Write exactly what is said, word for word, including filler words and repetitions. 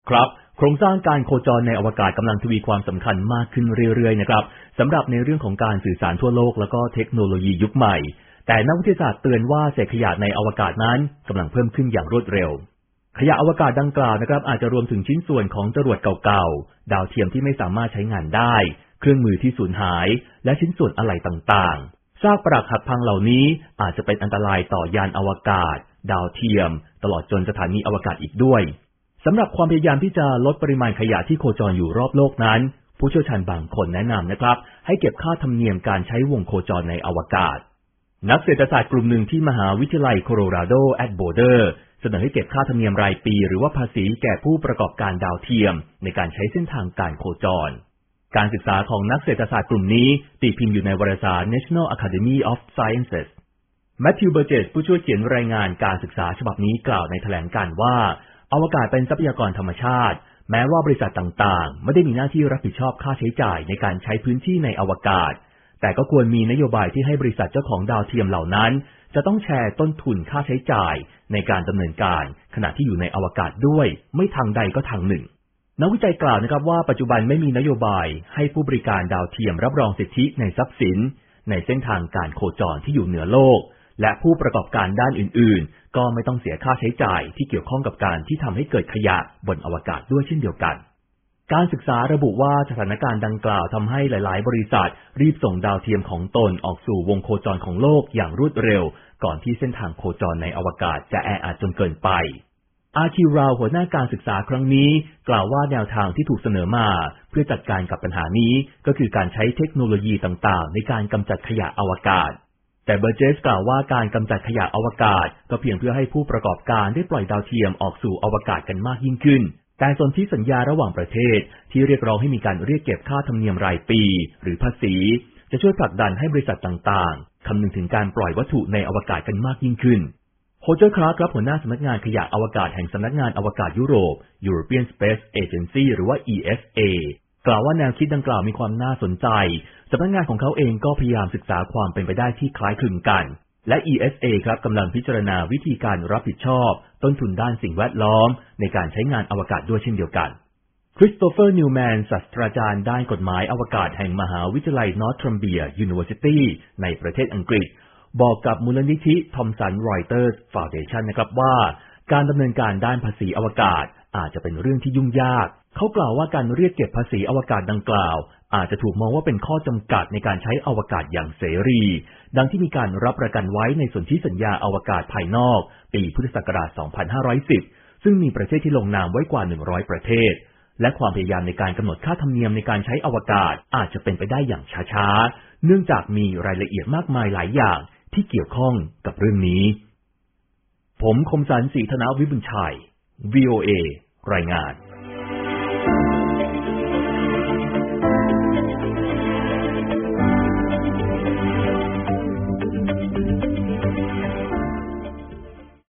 ครับโครงสร้างการโคจรในอวกาศกำลังทวีความสำคัญมากขึ้นเรื่อยๆนะครับสำหรับในเรื่องของการสื่อสารทั่วโลกแล้วก็เทคโนโลยียุคใหม่แต่นักวิทยาศาสตร์เตือนว่าเศษขยะในอวกาศนั้นกำลังเพิ่มขึ้นอย่างรวดเร็วขยะอวกาศดังกล่าวนะครับอาจจะรวมถึงชิ้นส่วนของจรวดเก่าๆดาวเทียมที่ไม่สามารถใช้งานได้เครื่องมือที่สูญหายและชิ้นส่วนอะไหล่ต่างๆซากปรักหักพังเหล่านี้อาจจะเป็นอันตรายต่อยานอวกาศดาวเทียมตลอดจนสถานีอวกาศอีกด้วยสำหรับความพยายามที่จะลดปริมาณขยะที่โคจรอยู่รอบโลกนั้นผู้เชี่ยวชาญบางคนแนะนำนะครับให้เก็บค่าธรรมเนียมการใช้วงโคจรในอวกาศนักเศรษฐศาสตร์กลุ่มหนึ่งที่มหาวิทยาลัยโคโลราโดแอตโบเดอร์เสนอให้เก็บค่าธรรมเนียมรายปีหรือว่าภาษีแก่ผู้ประกอบการดาวเทียมในการใช้เส้นทางการโคจรการศึกษาของนักเศรษฐศาสตร์กลุ่มนี้ตีพิมพ์อยู่ในวารสาร National Academy of Sciences แมทธิว เบอร์เจสผู้ช่วยเขียนรายงานการศึกษาฉบับนี้กล่าวในแถลงการณ์ว่าอวกาศเป็นทรัพยากรธรรมชาติแม้ว่าบริษัทต่างๆไม่ได้มีหน้าที่รับผิดชอบค่าใช้จ่ายในการใช้พื้นที่ในอวกาศแต่ก็ควรมีนโยบายที่ให้บริษัทเจ้าของดาวเทียมเหล่านั้นจะต้องแชร์ต้นทุนค่าใช้จ่ายในการดำเนินการขณะที่อยู่ในอวกาศด้วยไม่ทางใดก็ทางหนึ่งนักวิจัยกล่าวนะครับว่าปัจจุบันไม่มีนโยบายให้ผู้บริการดาวเทียมรับรองสิทธิในทรัพย์สินในเส้นทางการโคจรที่อยู่เหนือโลกและผู้ประกอบการด้านอื่นๆก็ไม่ต้องเสียค่าใช้จ่ายที่เกี่ยวข้องกับการที่ทำให้เกิดขยะบนอวกาศด้วยเช่นเดียวกันการศึกษาระบุว่าสถานการณ์ดังกล่าวทำให้หลายๆบริษัทรีบส่งดาวเทียมของตนออกสู่วงโคจรของโลกอย่างรวดเร็วก่อนที่เส้นทางโคจรในอวกาศจะแออัดจนเกินไปอาคิราวหัวหน้าการศึกษาครั้งนี้กล่าวว่าแนวทางที่ถูกเสนอมาเพื่อจัดการกับปัญหานี้ก็คือการใช้เทคโนโลยีต่างๆในการกำจัดขยะอวกาศแต่เบอร์เจสกล่าวว่าการกำจัดขยะอวกาศก็เพียงเพื่อให้ผู้ประกอบการได้ปล่อยดาวเทียมออกสู่อวกาศกันมากยิ่งขึ้นแต่สนธิสัญญาระหว่างประเทศที่เรียกร้องให้มีการเรียกเก็บค่าธรรมเนียมรายปีหรือภาษีจะช่วยผลักดันให้บริษัทต่างๆคำนึงถึงการปล่อยวัตถุในอวกาศกันมากยิ่งขึ้นโฮเจอร์คลาร์กครับหัวหน้าสำนักงานขยะอวกาศแห่งสำนักงานอวกาศยุโรป European Space Agency หรือว่า อี เอส เอ กล่าวว่าแนวคิดดังกล่าวมีความน่าสนใจสำนักงานของเขาเองก็พยายามศึกษาความเป็นไปได้ที่คล้ายคลึงกันและ อี เอส เอ ครับกำลังพิจารณาวิธีการรับผิดชอบต้นทุนด้านสิ่งแวดล้อมในการใช้งานอวกาศด้วยเช่นเดียวกันคริสโตเฟอร์นิวแมนศาสตราจารย์ด้านกฎหมายอวกาศแห่งมหาวิทยาลัยนอร์ทรัมเบียร์ยูนิเวอร์ซิตี้ในประเทศอังกฤษบอกกับมูลนิธิทอมสันรอยเตอร์สฟาวเดชั่นนะครับว่าการดำเนินการด้านภาษีอวกาศอาจจะเป็นเรื่องที่ยุ่งยากเขากล่าวว่าการเรียกเก็บภาษีอวกาศดังกล่าวอาจจะถูกมองว่าเป็นข้อจำกัดในการใช้อวกาศอย่างเสรีดังที่มีการรับประกันไว้ในสนธิสัญญาอวกาศภายนอกปีพุทธศักราช สองพันห้าร้อยสิบ ซึ่งมีประเทศที่ลงนามไว้กว่า หนึ่งร้อย ประเทศและความพยายามในการกำหนดค่าธรรมเนียมในการใช้อวกาศอาจจะเป็นไปได้อย่างช้าๆเนื่องจากมีรายละเอียดมากมายหลายอย่างที่เกี่ยวข้องกับเรื่องนี้ผมคมสันต์ ศรีธนวิบุญชัย วี โอ เอ รายงาน